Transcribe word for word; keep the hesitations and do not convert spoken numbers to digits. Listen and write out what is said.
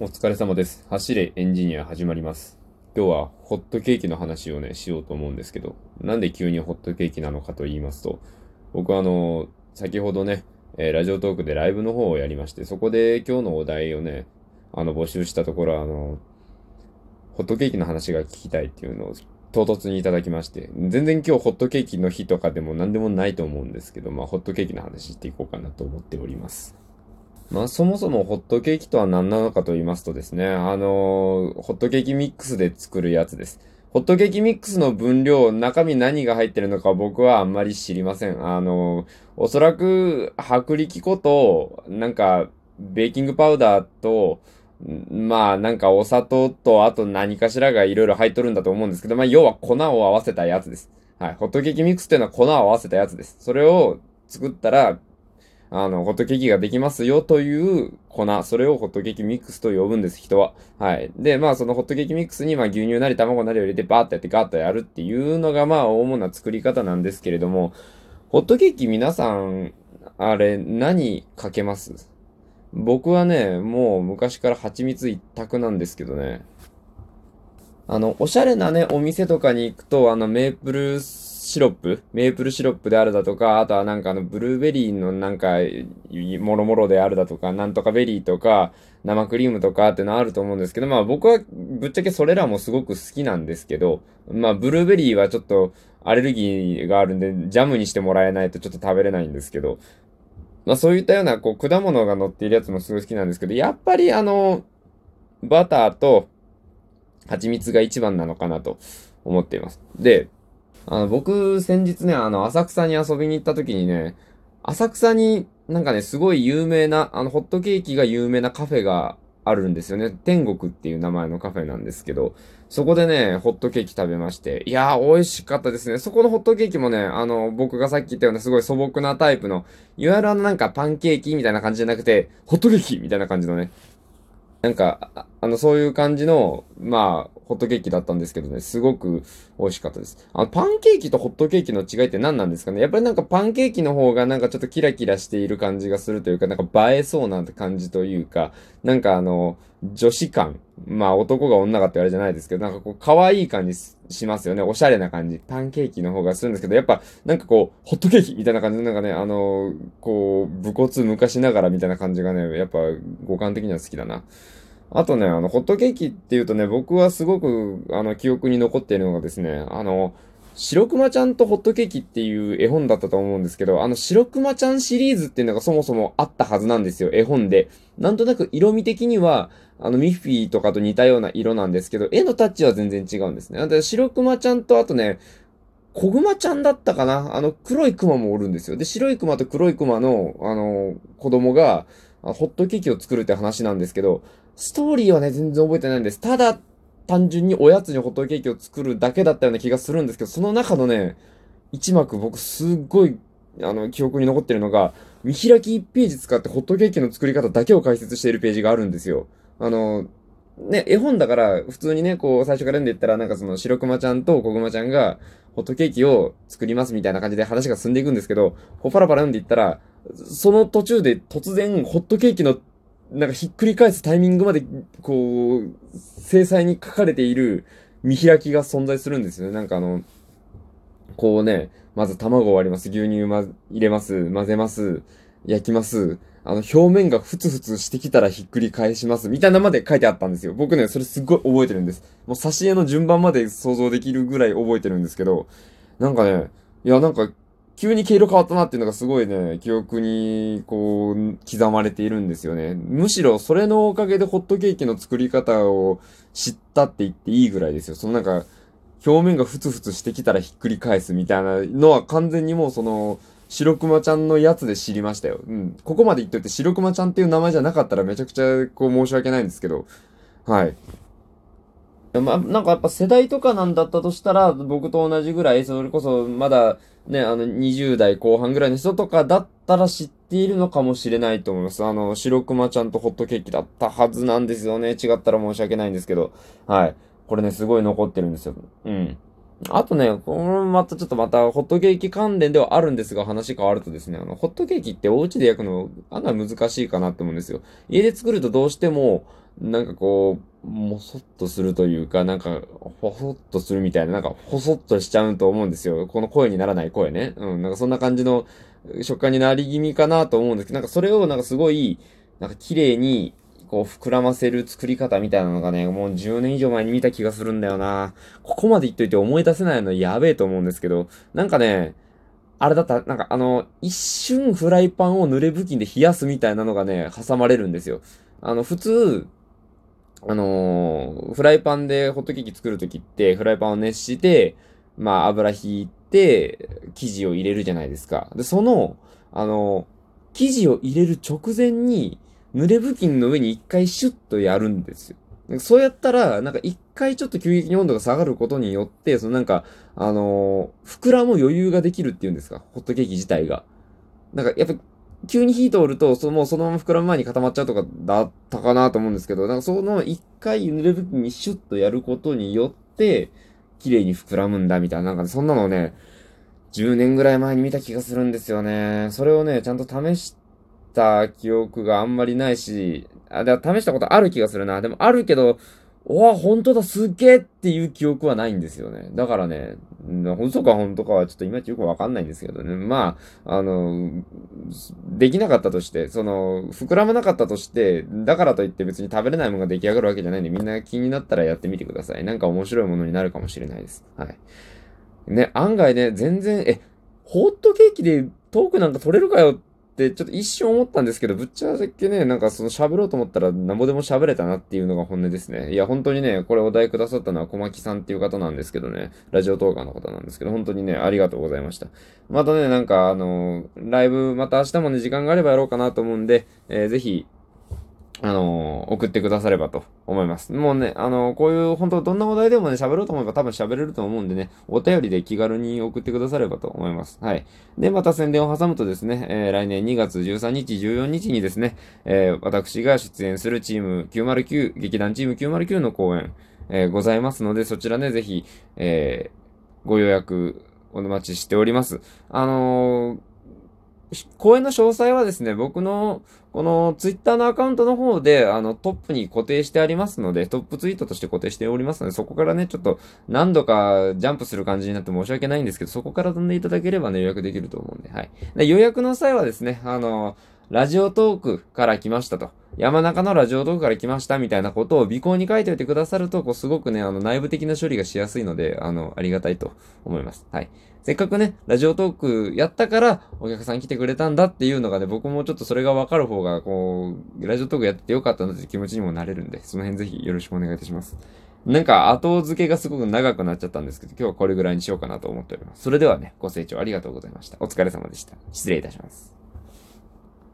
お疲れ様です。走れエンジニア始まります。今日はホットケーキの話をね、しようと思うんですけど、なんで急にホットケーキなのかと言いますと、僕はあの、先ほどね、えーラジオトークでライブの方をやりまして、そこで今日のお題をね、あの、募集したところ、あの、ホットケーキの話が聞きたいっていうのを唐突にいただきまして、全然今日ホットケーキの日とかでも何でもないと思うんですけど、まあ、ホットケーキの話していこうかなと思っております。まあ、そもそもホットケーキとは何なのかと言いますとですね、あのーホットケーキミックスで作るやつです。ホットケーキミックスの分量、中身何が入ってるのか僕はあんまり知りません。あのーおそらく、薄力粉と、なんか、ベーキングパウダーと、んまあ、なんかお砂糖と、あと何かしらがいろいろ入っとるんだと思うんですけど、まあ、要は粉を合わせたやつです。はい。ホットケーキミックスっていうのは粉を合わせたやつです。それを作ったら、あの、ホットケーキができますよという粉、それをホットケーキミックスと呼ぶんです、人は。はい。で、まあ、そのホットケーキミックスに、まあ、牛乳なり卵なりを入れて、バーッとやってガーッとやるっていうのが、まあ、主な作り方なんですけれども、ホットケーキ皆さん、あれ、何かけます？僕はね、もう昔から蜂蜜一択なんですけどね。あの、おしゃれなね、お店とかに行くと、あの、メープルシロップメープルシロップであるだとか、あとはなんかあの、ブルーベリーのなんか、もろもろであるだとか、なんとかベリーとか、生クリームとかってのあると思うんですけど、まあ僕はぶっちゃけそれらもすごく好きなんですけど、まあブルーベリーはちょっとアレルギーがあるんで、ジャムにしてもらえないとちょっと食べれないんですけど、まあそういったようなこう果物が乗っているやつもすごい好きなんですけど、やっぱりあの、バターと、蜂蜜が一番なのかなと思っています。で、あの、僕、先日ね、あの、浅草に遊びに行った時にね、浅草になんかね、すごい有名な、あの、ホットケーキが有名なカフェがあるんですよね。天国っていう名前のカフェなんですけど、そこでね、ホットケーキ食べまして、いやー、美味しかったですね。そこのホットケーキもね、あの、僕がさっき言ったようなすごい素朴なタイプの、いわゆるあのなんかパンケーキみたいな感じじゃなくて、ホットケーキみたいな感じのね、なんか、ああの、そういう感じの、まあ、ホットケーキだったんですけどね、すごく美味しかったです。あの、パンケーキとホットケーキの違いって何なんですかね？やっぱりなんかパンケーキの方がなんかちょっとキラキラしている感じがするというか、なんか映えそうな感じというか、なんかあの、女子感。まあ、男が女がってあれじゃないですけど、なんかこう、可愛い感じしますよね。おしゃれな感じ。パンケーキの方がするんですけど、やっぱ、なんかこう、ホットケーキみたいな感じで、なんかね、あの、こう、武骨昔ながらみたいな感じがね、やっぱ五感的には好きだな。あとね、あの、ホットケーキっていうとね、僕はすごく、あの、記憶に残っているのがですね、あの、白熊ちゃんとホットケーキっていう絵本だったと思うんですけど、あの、白熊ちゃんシリーズっていうのがそもそもあったはずなんですよ、絵本で。なんとなく色味的には、あの、ミッフィーとかと似たような色なんですけど、絵のタッチは全然違うんですね。なんで、白熊ちゃんとあとね、小熊ちゃんだったかな、あの、黒い熊もおるんですよ。で、白い熊と黒い熊の、あの、子供が、あホットケーキを作るって話なんですけど、ストーリーはね、全然覚えてないんです。ただ、単純におやつにホットケーキを作るだけだったような気がするんですけど、その中のね、一幕僕すっごい、あの、記憶に残ってるのが、見開きいちページ使ってホットケーキの作り方だけを解説しているページがあるんですよ。あの、ね、絵本だから、普通にね、こう、最初から読んでいったら、なんかその、白熊ちゃんと小熊ちゃんが、ホットケーキを作りますみたいな感じで話が進んでいくんですけど、こうパラパラ読んでいったら、その途中で突然、ホットケーキの、なんかひっくり返すタイミングまで、こう、精細に書かれている見開きが存在するんですよね。なんかあの、こうね、まず卵を割ります。牛乳ま、入れます。混ぜます。焼きます。あの、表面がふつふつしてきたらひっくり返します。みたいなまで書いてあったんですよ。僕ね、それすっごい覚えてるんです。もう挿絵の順番まで想像できるぐらい覚えてるんですけど、なんかね、いや、なんか、急に毛色変わったなっていうのがすごいね、記憶に、こう、刻まれているんですよね。むしろ、それのおかげでホットケーキの作り方を知ったって言っていいぐらいですよ。そのなんか、表面がふつふつしてきたらひっくり返すみたいなのは完全にもうその、白熊ちゃんのやつで知りましたよ。うん。ここまで言っといて白熊ちゃんっていう名前じゃなかったらめちゃくちゃこう申し訳ないんですけど。はい。まあ、なんかやっぱ世代とかなんだったとしたら、僕と同じぐらい、それこそまだね、あのにじゅう代後半ぐらいの人とかだったら知っているのかもしれないと思います。あの、白熊ちゃんとホットケーキだったはずなんですよね。違ったら申し訳ないんですけど。はい。これね、すごい残ってるんですよ。うん。あとね、これまたちょっとまたホットケーキ関連ではあるんですが、話変わるとですね、あの、ホットケーキってお家で焼くの案外難しいかなって思うんですよ。家で作るとどうしても、 なんかこう、もそっとするというか、なんか、ほそっとするみたいな、なんか、ほそっとしちゃうと思うんですよ。この声にならない声ね。うん、なんかそんな感じの食感になり気味かなと思うんですけど、なんかそれをなんかすごい、なんか綺麗に、こう、膨らませる作り方みたいなのがね、もうじゅうねん以上前に見た気がするんだよな。ここまで言っといて思い出せないのやべえと思うんですけど、なんかね、あれだった、なんかあの、一瞬フライパンを濡れ布巾で冷やすみたいなのがね、挟まれるんですよ。あの、普通、あのーフライパンでホットケーキ作るときって、フライパンを熱して、まあ油引いて、生地を入れるじゃないですか。で、その、あのー生地を入れる直前に、濡れ布巾の上に一回シュッとやるんですよ。そうやったら、なんか一回ちょっと急激に温度が下がることによって、そのなんか、あのー膨らむ余裕ができるっていうんですか、ホットケーキ自体が。なんか、やっぱ、急に火通ると、そのもうそのまま膨らむ前に固まっちゃうとかだったかなと思うんですけど、なんかその一回濡れ布巾にシュッとやることによって、綺麗に膨らむんだみたいな、なんかそんなのをね、じゅうねんぐらい前に見た気がするんですよね。それをね、ちゃんと試した記憶があんまりないし、あ、だから試したことある気がするな。でもあるけど、おわ、本当だ、すっげえっていう記憶はないんですよね。だからね、ん嘘か本当かはちょっといまいちよくわかんないんですけどね。まあ、あの、できなかったとして、その、膨らまなかったとして、だからといって別に食べれないものが出来上がるわけじゃないんで、みんな気になったらやってみてください。なんか面白いものになるかもしれないです。はい。ね、案外ね、全然、え、ホットケーキでトークなんか取れるかよってちょっと一瞬思ったんですけど、ぶっちゃけね、なんかその喋ろうと思ったらなんぼでも喋れたなっていうのが本音ですね。いや、本当にね、これお題くださったのは小牧さんっていう方なんですけどね、ラジオトーカーの方なんですけど、本当にね、ありがとうございました。またね、なんかあのライブ、また明日もね、時間があればやろうかなと思うんで、えーぜひ、あのー送ってくださればと思います。もうね、あのーこういう本当どんな話題でもね、喋ろうと思えば多分喋れると思うんでね、お便りで気軽に送ってくださればと思います。はい。で、また宣伝を挟むとですね、えー来年にがつじゅうさんにち、じゅうよっかにですね、えー私が出演するチームきゅうまるきゅう、劇団チームきゅうまるきゅうの公演、えーございますので、そちらね、ぜひ、えーご予約お待ちしております。あのー公演の詳細はですね、僕のこのツイッターのアカウントの方で、あの、トップに固定してありますので、トップツイートとして固定しておりますので、そこからね、ちょっと何度かジャンプする感じになって申し訳ないんですけど、そこから飛んでいただければね、予約できると思うんで、はい。で予約の際はですね、あの、ラジオトークから来ましたと。山中のラジオトークから来ましたみたいなことを尾行に書いておいてくださると、こう、すごくね、あの、内部的な処理がしやすいので、あの、ありがたいと思います。はい。せっかくね、ラジオトークやったから、お客さん来てくれたんだっていうのがね、僕もちょっとそれが分かる方が、こう、ラジオトークやっててよかったなって気持ちにもなれるんで、その辺ぜひよろしくお願いいたします。なんか、後付けがすごく長くなっちゃったんですけど、今日はこれぐらいにしようかなと思っております。それではね、ご清聴ありがとうございました。お疲れ様でした。失礼いたします。